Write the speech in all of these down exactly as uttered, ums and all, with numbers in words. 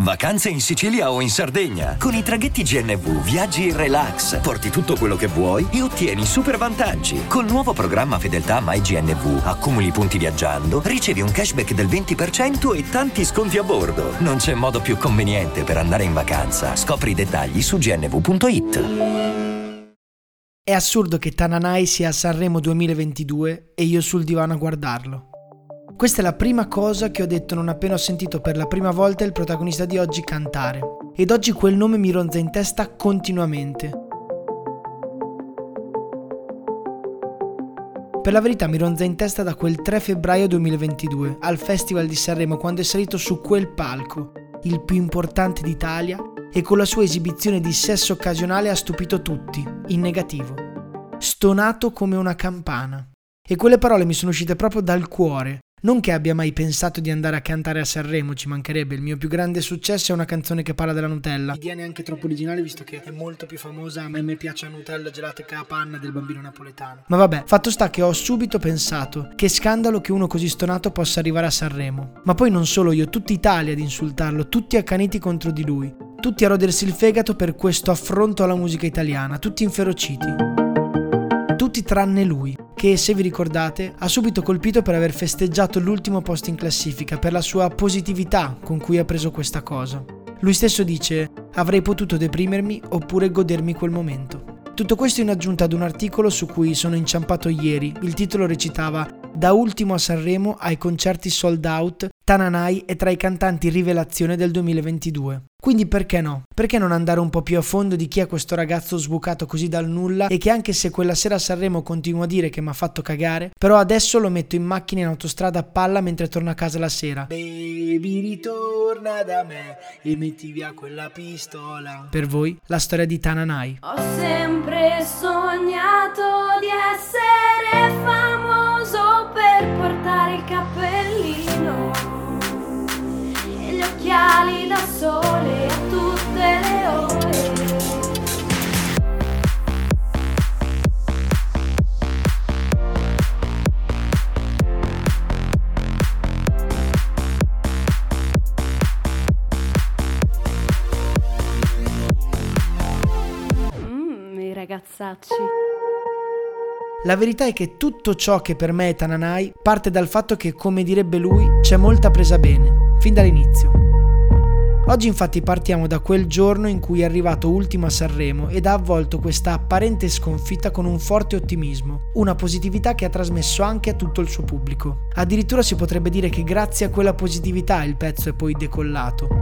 Vacanze in Sicilia o in Sardegna. Con i traghetti G N V viaggi in relax, porti tutto quello che vuoi e ottieni super vantaggi. Col nuovo programma Fedeltà MyGNV accumuli punti viaggiando, ricevi un cashback del venti per cento e tanti sconti a bordo. Non c'è modo più conveniente per andare in vacanza. Scopri i dettagli su g n v punto i t. È assurdo che Tananai sia a Sanremo duemilaventidue e io sul divano a guardarlo. Questa è la prima cosa che ho detto non appena ho sentito per la prima volta il protagonista di oggi cantare. Ed oggi quel nome mi ronza in testa continuamente. Per la verità mi ronza in testa da quel tre febbraio duemilaventidue, al Festival di Sanremo, quando è salito su quel palco, il più importante d'Italia, e con la sua esibizione di sesso occasionale ha stupito tutti, in negativo. Stonato come una campana. E quelle parole mi sono uscite proprio dal cuore. Non che abbia mai pensato di andare a cantare a Sanremo, ci mancherebbe. Il mio più grande successo è una canzone che parla della Nutella. Idea neanche troppo originale, visto che è molto più famosa. A me piace la Nutella, gelate che la panna del bambino napoletano. Ma vabbè, fatto sta che ho subito pensato che scandalo che uno così stonato possa arrivare a Sanremo. Ma poi non solo io, tutta Italia ad insultarlo, tutti accaniti contro di lui, tutti a rodersi il fegato per questo affronto alla musica italiana, tutti inferociti. Tutti tranne lui, che, se vi ricordate, ha subito colpito per aver festeggiato l'ultimo posto in classifica, per la sua positività con cui ha preso questa cosa. Lui stesso dice: avrei potuto deprimermi oppure godermi quel momento. Tutto questo in aggiunta ad un articolo su cui sono inciampato ieri. Il titolo recitava: da ultimo a Sanremo ai concerti sold out, Tananai è tra i cantanti rivelazione del duemilaventidue. Quindi perché no? Perché non andare un po' più a fondo di chi è questo ragazzo sbucato così dal nulla e che, anche se quella sera a Sanremo continua a dire che mi ha fatto cagare, però adesso lo metto in macchina in autostrada a palla mentre torno a casa la sera. Baby, ritorna da me e metti via quella pistola. Per voi la storia di Tananai. Ho sempre sognato di essere famoso per portare il cappellino e gli occhiali da sole a tutte le ore. Mmm, i ragazzacci. La verità è che tutto ciò che per me è Tananai parte dal fatto che, come direbbe lui, c'è molta presa bene, fin dall'inizio. Oggi infatti partiamo da quel giorno in cui è arrivato ultimo a Sanremo ed ha avvolto questa apparente sconfitta con un forte ottimismo, una positività che ha trasmesso anche a tutto il suo pubblico. Addirittura si potrebbe dire che grazie a quella positività il pezzo è poi decollato.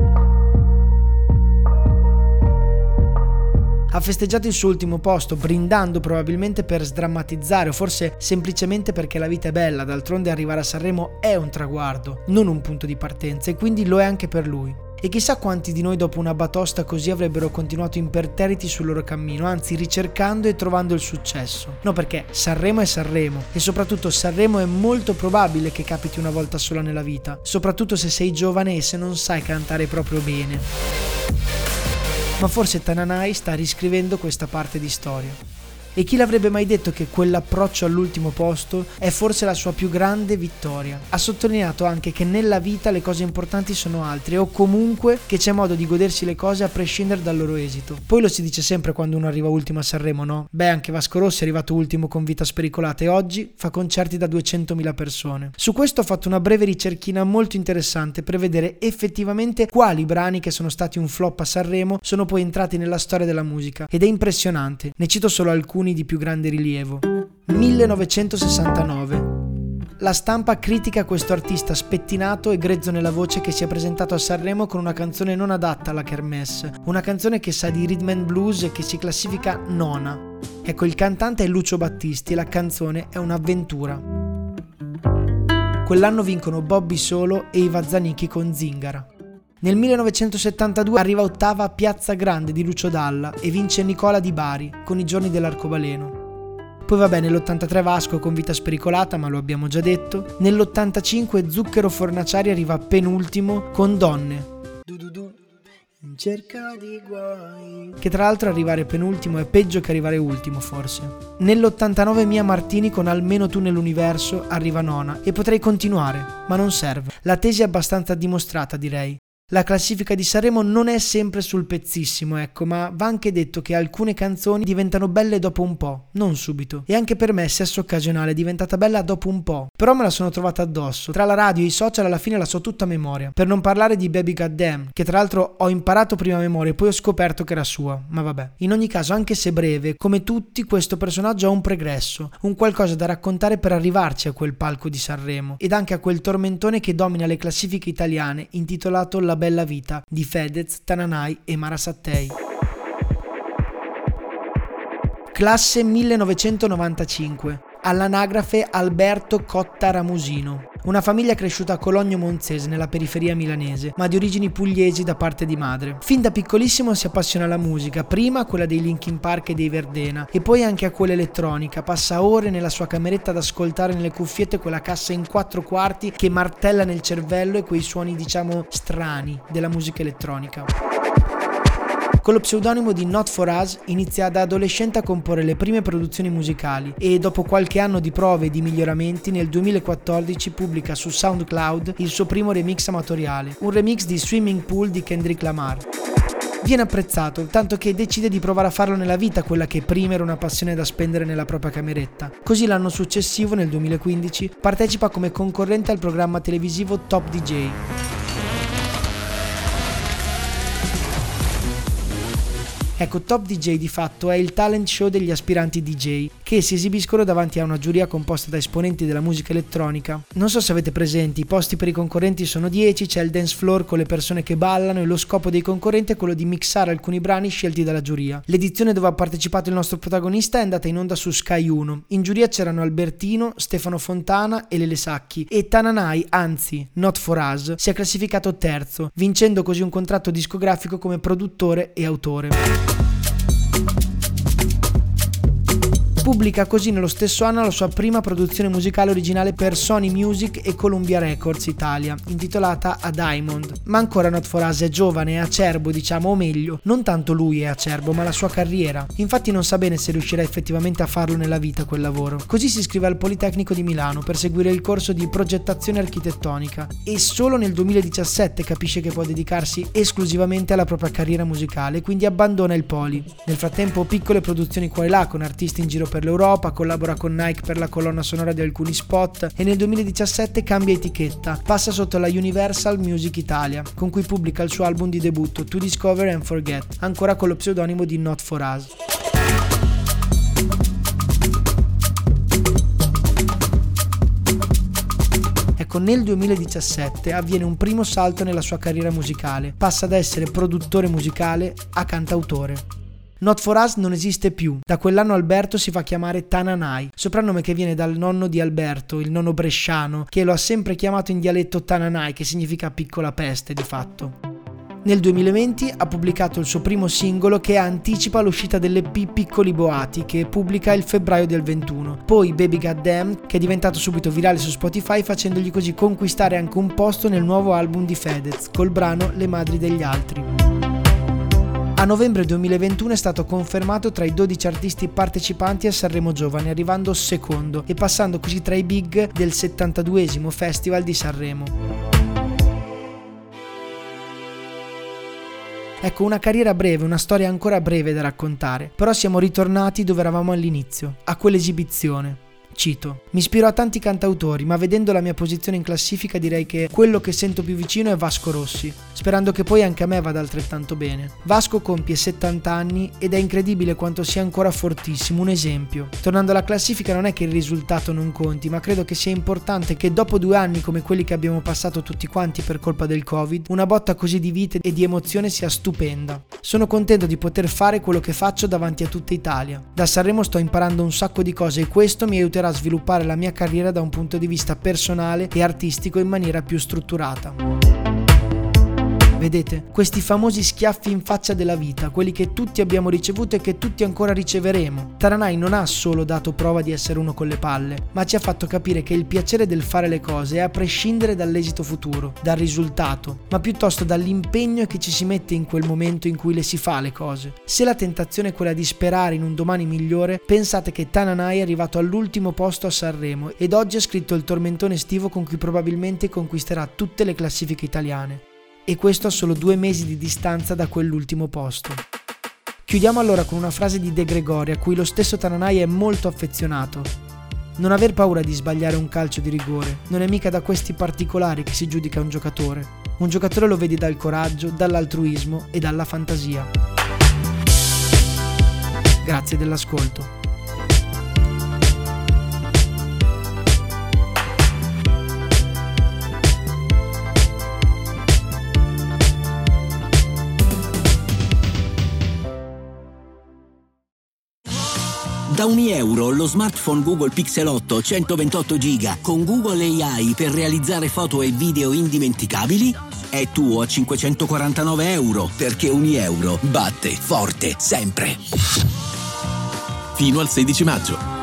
Ha festeggiato il suo ultimo posto, brindando probabilmente per sdrammatizzare o forse semplicemente perché la vita è bella. D'altronde arrivare a Sanremo è un traguardo, non un punto di partenza, e quindi lo è anche per lui. E chissà quanti di noi dopo una batosta così avrebbero continuato imperterriti sul loro cammino, anzi ricercando e trovando il successo. No, perché Sanremo è Sanremo e soprattutto Sanremo è molto probabile che capiti una volta sola nella vita, soprattutto se sei giovane e se non sai cantare proprio bene. Ma forse Tananai sta riscrivendo questa parte di storia. E chi l'avrebbe mai detto che quell'approccio all'ultimo posto è forse la sua più grande vittoria? Ha sottolineato anche che nella vita le cose importanti sono altre, o comunque che c'è modo di godersi le cose a prescindere dal loro esito. Poi lo si dice sempre quando uno arriva ultimo a Sanremo, no? Beh, anche Vasco Rossi è arrivato ultimo con Vita Spericolata e oggi fa concerti da duecentomila persone. Su questo ho fatto una breve ricerchina molto interessante per vedere effettivamente quali brani che sono stati un flop a Sanremo sono poi entrati nella storia della musica, ed è impressionante. Ne cito solo alcuni di più grande rilievo. millenovecentosessantanove. La stampa critica questo artista spettinato e grezzo nella voce che si è presentato a Sanremo con una canzone non adatta alla kermesse, una canzone che sa di rhythm and blues e che si classifica nona. Ecco, il cantante è Lucio Battisti e la canzone è un'avventura. Quell'anno vincono Bobby Solo e Iva Zanicchi con Zingara. Nel millenovecentosettantadue arriva ottava a Piazza Grande di Lucio Dalla e vince Nicola Di Bari con I giorni dell'arcobaleno. Poi vabbè, nell'ottantatré Vasco con Vita Spericolata, ma lo abbiamo già detto. Nell'ottantacinque Zucchero Fornaciari arriva penultimo con Donne, in cerca di guai, che tra l'altro arrivare penultimo è peggio che arrivare ultimo forse. Nell'ottantanove Mia Martini con Almeno tu nell'universo arriva nona, e potrei continuare, ma non serve. La tesi è abbastanza dimostrata, direi. La classifica di Sanremo non è sempre sul pezzissimo, ecco, ma va anche detto che alcune canzoni diventano belle dopo un po', non subito. E anche per me Sesso Occasionale è diventata bella dopo un po', però me la sono trovata addosso. Tra la radio e i social alla fine la so tutta a memoria. Per non parlare di Baby Goddamn, che tra l'altro ho imparato prima a memoria e poi ho scoperto che era sua, ma vabbè. In ogni caso, anche se breve, come tutti, questo personaggio ha un pregresso, un qualcosa da raccontare per arrivarci a quel palco di Sanremo ed anche a quel tormentone che domina le classifiche italiane, intitolato La Bella Vita di Fedez, Tananai e Mara Sattei. Classe millenovecentonovantacinque. All'anagrafe Alberto Cotta Ramusino. Una famiglia cresciuta a Cologno Monzese nella periferia milanese, ma di origini pugliesi da parte di madre. Fin da piccolissimo si appassiona alla musica, prima a quella dei Linkin Park e dei Verdena e poi anche a quella elettronica. Passa ore nella sua cameretta ad ascoltare nelle cuffiette quella cassa in quattro quarti che martella nel cervello e quei suoni diciamo strani della musica elettronica. Con lo pseudonimo di Not For Us inizia da adolescente a comporre le prime produzioni musicali e dopo qualche anno di prove e di miglioramenti nel duemilaquattordici pubblica su SoundCloud il suo primo remix amatoriale, un remix di Swimming Pool di Kendrick Lamar. Viene apprezzato, tanto che decide di provare a farlo nella vita quella che prima era una passione da spendere nella propria cameretta. Così l'anno successivo, nel duemilaquindici, partecipa come concorrente al programma televisivo Top D J. Ecco, Top D J di fatto è il talent show degli aspiranti D J che si esibiscono davanti a una giuria composta da esponenti della musica elettronica. Non so se avete presenti, i posti per i concorrenti sono dieci, c'è il dance floor con le persone che ballano e lo scopo dei concorrenti è quello di mixare alcuni brani scelti dalla giuria. L'edizione dove ha partecipato il nostro protagonista è andata in onda su Sky uno. In giuria c'erano Albertino, Stefano Fontana e Lele Sacchi e Tananai, anzi Not For Us, si è classificato terzo, vincendo così un contratto discografico come produttore e autore. Pubblica così nello stesso anno la sua prima produzione musicale originale per Sony Music e Columbia Records Italia, intitolata A Diamond. Ma ancora Not For Us è giovane, è acerbo diciamo, o meglio, non tanto lui è acerbo ma la sua carriera. Infatti non sa bene se riuscirà effettivamente a farlo nella vita quel lavoro. Così si iscrive al Politecnico di Milano per seguire il corso di progettazione architettonica e solo nel duemiladiciassette capisce che può dedicarsi esclusivamente alla propria carriera musicale, quindi abbandona il Poli. Nel frattempo piccole produzioni qua e là con artisti in giro per l'Europa, collabora con Nike per la colonna sonora di alcuni spot e nel duemiladiciassette cambia etichetta, passa sotto la Universal Music Italia, con cui pubblica il suo album di debutto To Discover and Forget, ancora con lo pseudonimo di Not For Us. Ecco, nel duemiladiciassette avviene un primo salto nella sua carriera musicale, passa da essere produttore musicale a cantautore. Not For Us non esiste più. Da quell'anno Alberto si fa chiamare Tananai, soprannome che viene dal nonno di Alberto, il nonno bresciano, che lo ha sempre chiamato in dialetto Tananai, che significa piccola peste di fatto. Nel duemilaventi ha pubblicato il suo primo singolo che anticipa l'uscita dell'E P Piccoli Boati, che pubblica il febbraio del ventuno. Poi Baby Goddamn, che è diventato subito virale su Spotify, facendogli così conquistare anche un posto nel nuovo album di Fedez, col brano Le Madri degli Altri. A novembre duemilaventuno è stato confermato tra i dodici artisti partecipanti a Sanremo Giovani, arrivando secondo e passando così tra i big del settantaduesimo Festival di Sanremo. Ecco, una carriera breve, una storia ancora breve da raccontare, però siamo ritornati dove eravamo all'inizio, a quell'esibizione. Cito: mi ispiro a tanti cantautori, ma vedendo la mia posizione in classifica direi che quello che sento più vicino è Vasco Rossi, sperando che poi anche a me vada altrettanto bene. Vasco compie settanta anni ed è incredibile quanto sia ancora fortissimo, un esempio. Tornando alla classifica, non è che il risultato non conti, ma credo che sia importante che dopo due anni come quelli che abbiamo passato tutti quanti per colpa del Covid, una botta così di vita e di emozione sia stupenda. Sono contento di poter fare quello che faccio davanti a tutta Italia. Da Sanremo sto imparando un sacco di cose e questo mi aiuterà a sviluppare la mia carriera da un punto di vista personale e artistico in maniera più strutturata. Vedete, questi famosi schiaffi in faccia della vita, quelli che tutti abbiamo ricevuto e che tutti ancora riceveremo. Tananai non ha solo dato prova di essere uno con le palle, ma ci ha fatto capire che il piacere del fare le cose è a prescindere dall'esito futuro, dal risultato, ma piuttosto dall'impegno che ci si mette in quel momento in cui le si fa le cose. Se la tentazione è quella di sperare in un domani migliore, pensate che Tananai è arrivato all'ultimo posto a Sanremo ed oggi ha scritto il tormentone estivo con cui probabilmente conquisterà tutte le classifiche italiane. e questo a solo due mesi di distanza da quell'ultimo posto. Chiudiamo allora con una frase di De Gregori a cui lo stesso Tananai è molto affezionato. Non aver paura di sbagliare un calcio di rigore, non è mica da questi particolari che si giudica un giocatore. Un giocatore lo vedi dal coraggio, dall'altruismo e dalla fantasia. Grazie dell'ascolto. Da un euro lo smartphone Google Pixel otto centoventotto giga con Google A I per realizzare foto e video indimenticabili è tuo a cinquecentoquarantanove euro, perché un euro batte forte sempre. Fino al sedici maggio.